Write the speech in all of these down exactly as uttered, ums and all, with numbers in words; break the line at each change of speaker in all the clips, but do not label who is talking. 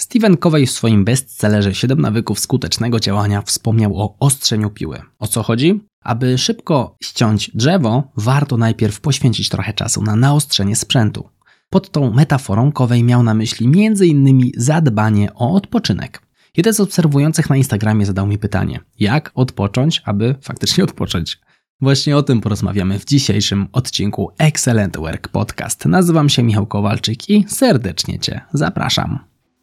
Stephen Covey w swoim bestsellerze siedem nawyków skutecznego działania wspomniał o ostrzeniu piły. O co chodzi? Aby szybko ściąć drzewo, warto najpierw poświęcić trochę czasu na naostrzenie sprzętu. Pod tą metaforą Covey miał na myśli między innymi zadbanie o odpoczynek. Jeden z obserwujących na Instagramie zadał mi pytanie, jak odpocząć, aby faktycznie odpocząć? Właśnie o tym porozmawiamy w dzisiejszym odcinku Excellent Work Podcast. Nazywam się Michał Kowalczyk i serdecznie Cię zapraszam.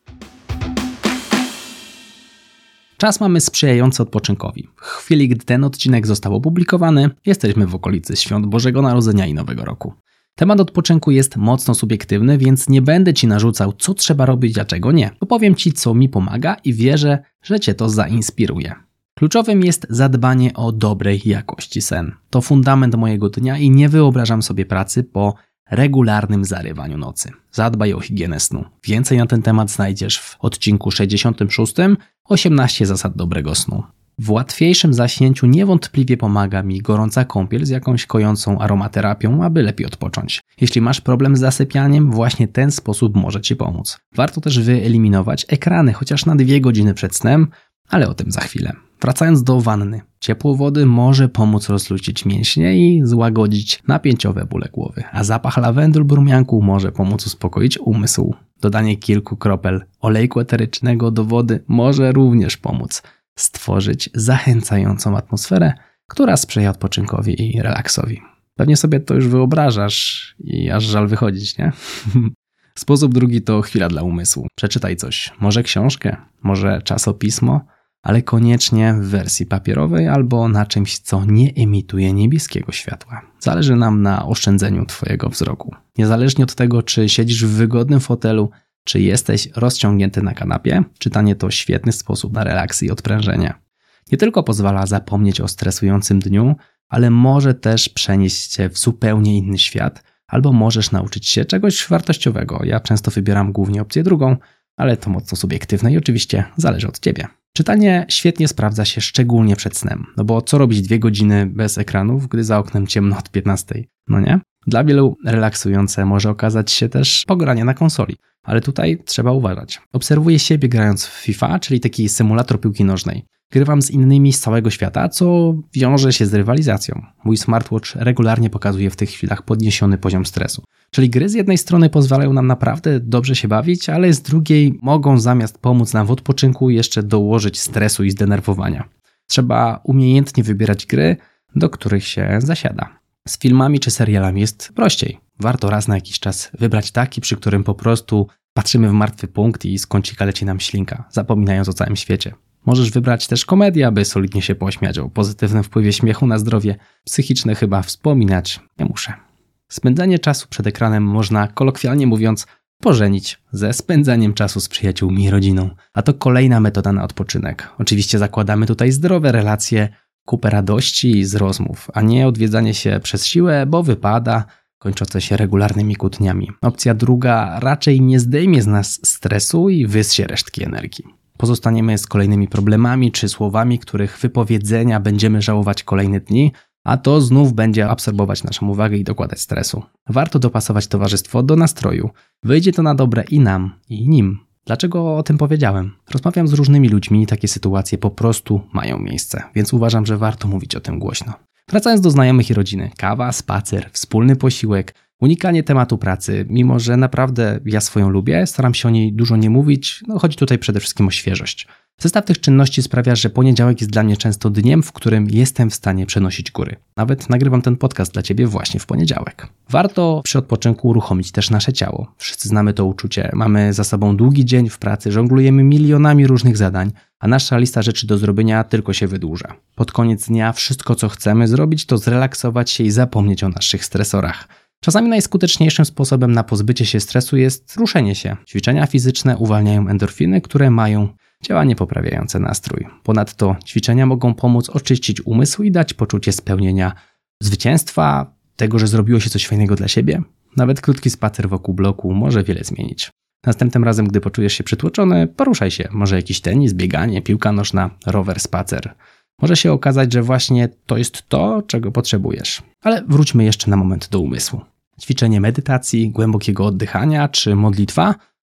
Czas mamy sprzyjający odpoczynkowi. W chwili, gdy ten odcinek został opublikowany, jesteśmy w okolicy Świąt Bożego Narodzenia i Nowego Roku. Temat odpoczynku jest mocno subiektywny, więc nie będę Ci narzucał, co trzeba robić, a czego nie. Opowiem Ci, co mi pomaga i wierzę, że Cię to zainspiruje. Kluczowym jest zadbanie o dobrej jakości sen. To fundament mojego dnia i nie wyobrażam sobie pracy po regularnym zarywaniu nocy. Zadbaj o higienę snu. Więcej na ten temat znajdziesz w odcinku sześćdziesiątym szóstym osiemnaście zasad dobrego snu. W łatwiejszym zaśnięciu niewątpliwie pomaga mi gorąca kąpiel z jakąś kojącą aromaterapią, aby lepiej odpocząć. Jeśli masz problem z zasypianiem, właśnie ten sposób może Ci pomóc. Warto też wyeliminować ekrany chociaż na dwie godziny przed snem, ale o tym za chwilę. Wracając do wanny. Ciepło wody może pomóc rozluźnić mięśnie i złagodzić napięciowe bóle głowy, a zapach lawendy lub rumianku może pomóc uspokoić umysł. Dodanie kilku kropel olejku eterycznego do wody może również pomóc stworzyć zachęcającą atmosferę, która sprzyja odpoczynkowi i relaksowi. Pewnie sobie to już wyobrażasz i aż żal wychodzić, nie? Sposób drugi to chwila dla umysłu. Przeczytaj coś, może książkę, może czasopismo, ale koniecznie w wersji papierowej albo na czymś, co nie emituje niebieskiego światła. Zależy nam na oszczędzeniu Twojego wzroku. Niezależnie od tego, czy siedzisz w wygodnym fotelu, czy jesteś rozciągnięty na kanapie, czytanie to świetny sposób na relaks i odprężenie. Nie tylko pozwala zapomnieć o stresującym dniu, ale może też przenieść Cię w zupełnie inny świat, albo możesz nauczyć się czegoś wartościowego. Ja często wybieram głównie opcję drugą, ale to mocno subiektywne i oczywiście zależy od Ciebie. Czytanie świetnie sprawdza się szczególnie przed snem, no bo co robić dwie godziny bez ekranów, gdy za oknem ciemno od piętnastej, no nie? Dla wielu relaksujące może okazać się też pogranie na konsoli, ale tutaj trzeba uważać. Obserwuję siebie grając w FIFA, czyli taki symulator piłki nożnej. Grywam z innymi z całego świata, co wiąże się z rywalizacją. Mój smartwatch regularnie pokazuje w tych chwilach podniesiony poziom stresu. Czyli gry z jednej strony pozwalają nam naprawdę dobrze się bawić, ale z drugiej mogą zamiast pomóc nam w odpoczynku jeszcze dołożyć stresu i zdenerwowania. Trzeba umiejętnie wybierać gry, do których się zasiada. Z filmami czy serialami jest prościej. Warto raz na jakiś czas wybrać taki, przy którym po prostu patrzymy w martwy punkt i z kącika leci nam ślinka, zapominając o całym świecie. Możesz wybrać też komedię, aby solidnie się pośmiać. O pozytywnym wpływie śmiechu na zdrowie psychiczne chyba wspominać nie muszę. Spędzanie czasu przed ekranem można, kolokwialnie mówiąc, pożenić ze spędzaniem czasu z przyjaciółmi i rodziną. A to kolejna metoda na odpoczynek. Oczywiście zakładamy tutaj zdrowe relacje, kupę radości z rozmów, a nie odwiedzanie się przez siłę, bo wypada, kończące się regularnymi kłótniami. Opcja druga raczej nie zdejmie z nas stresu i wyssie resztki energii. Pozostaniemy z kolejnymi problemami czy słowami, których wypowiedzenia będziemy żałować kolejne dni, a to znów będzie absorbować naszą uwagę i dokładać stresu. Warto dopasować towarzystwo do nastroju. Wyjdzie to na dobre i nam, i nim. Dlaczego o tym powiedziałem? Rozmawiam z różnymi ludźmi i takie sytuacje po prostu mają miejsce, więc uważam, że warto mówić o tym głośno. Wracając do znajomych i rodziny, kawa, spacer, wspólny posiłek, unikanie tematu pracy, mimo że naprawdę ja swoją lubię, staram się o niej dużo nie mówić, no chodzi tutaj przede wszystkim o świeżość. Zestaw tych czynności sprawia, że poniedziałek jest dla mnie często dniem, w którym jestem w stanie przenosić góry. Nawet nagrywam ten podcast dla Ciebie właśnie w poniedziałek. Warto przy odpoczynku uruchomić też nasze ciało. Wszyscy znamy to uczucie. Mamy za sobą długi dzień w pracy, żonglujemy milionami różnych zadań, a nasza lista rzeczy do zrobienia tylko się wydłuża. Pod koniec dnia wszystko, co chcemy zrobić, to zrelaksować się i zapomnieć o naszych stresorach. Czasami najskuteczniejszym sposobem na pozbycie się stresu jest ruszenie się. Ćwiczenia fizyczne uwalniają endorfiny, które mają działanie poprawiające nastrój. Ponadto ćwiczenia mogą pomóc oczyścić umysł i dać poczucie spełnienia, zwycięstwa, tego, że zrobiło się coś fajnego dla siebie. Nawet krótki spacer wokół bloku może wiele zmienić. Następnym razem, gdy poczujesz się przytłoczony, poruszaj się. Może jakiś tenis, bieganie, piłka nożna, rower, spacer. Może się okazać, że właśnie to jest to, czego potrzebujesz. Ale wróćmy jeszcze na moment do umysłu. Ćwiczenie medytacji, głębokiego oddychania czy modlitwa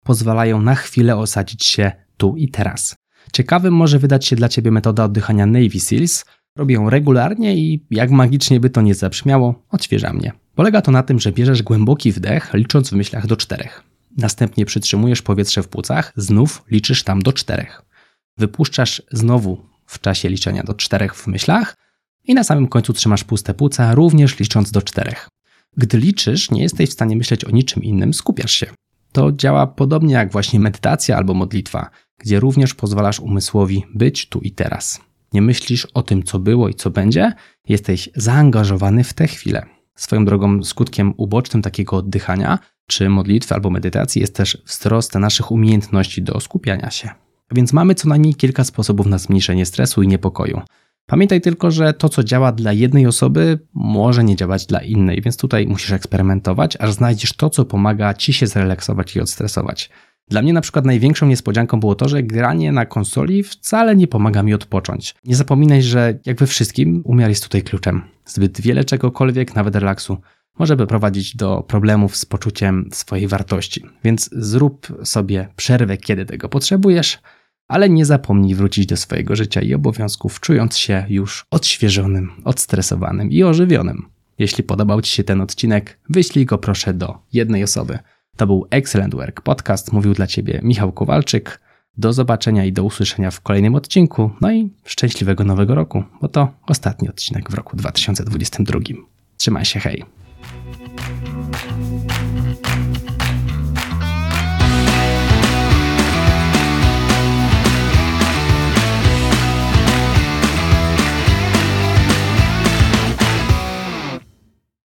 pozwalają na chwilę osadzić się tu i teraz. Ciekawym może wydać się dla Ciebie metoda oddychania Navy Seals. Robię ją regularnie i jak magicznie by to nie zabrzmiało, odświeża mnie. Polega to na tym, że bierzesz głęboki wdech, licząc w myślach do czterech. Następnie przytrzymujesz powietrze w płucach, znów liczysz tam do czterech. Wypuszczasz znowu w czasie liczenia do czterech w myślach i na samym końcu trzymasz puste płuca, również licząc do czterech. Gdy liczysz, nie jesteś w stanie myśleć o niczym innym, skupiasz się. To działa podobnie jak właśnie medytacja albo modlitwa, gdzie również pozwalasz umysłowi być tu i teraz. Nie myślisz o tym, co było i co będzie, jesteś zaangażowany w tę chwilę. Swoją drogą skutkiem ubocznym takiego oddychania, czy modlitwy albo medytacji jest też wzrost naszych umiejętności do skupiania się. Więc mamy co najmniej kilka sposobów na zmniejszenie stresu i niepokoju. Pamiętaj tylko, że to, co działa dla jednej osoby, może nie działać dla innej, więc tutaj musisz eksperymentować, aż znajdziesz to, co pomaga Ci się zrelaksować i odstresować. Dla mnie na przykład największą niespodzianką było to, że granie na konsoli wcale nie pomaga mi odpocząć. Nie zapominaj, że jak we wszystkim, umiar jest tutaj kluczem. Zbyt wiele czegokolwiek, nawet relaksu, może prowadzić do problemów z poczuciem swojej wartości. Więc zrób sobie przerwę, kiedy tego potrzebujesz, ale nie zapomnij wrócić do swojego życia i obowiązków, czując się już odświeżonym, odstresowanym i ożywionym. Jeśli podobał Ci się ten odcinek, wyślij go proszę do jednej osoby. To był Excellent Work Podcast. Mówił dla Ciebie Michał Kowalczyk. Do zobaczenia i do usłyszenia w kolejnym odcinku. No i szczęśliwego nowego roku, bo to ostatni odcinek w roku dwa tysiące dwudziestym drugim. Trzymaj się, hej!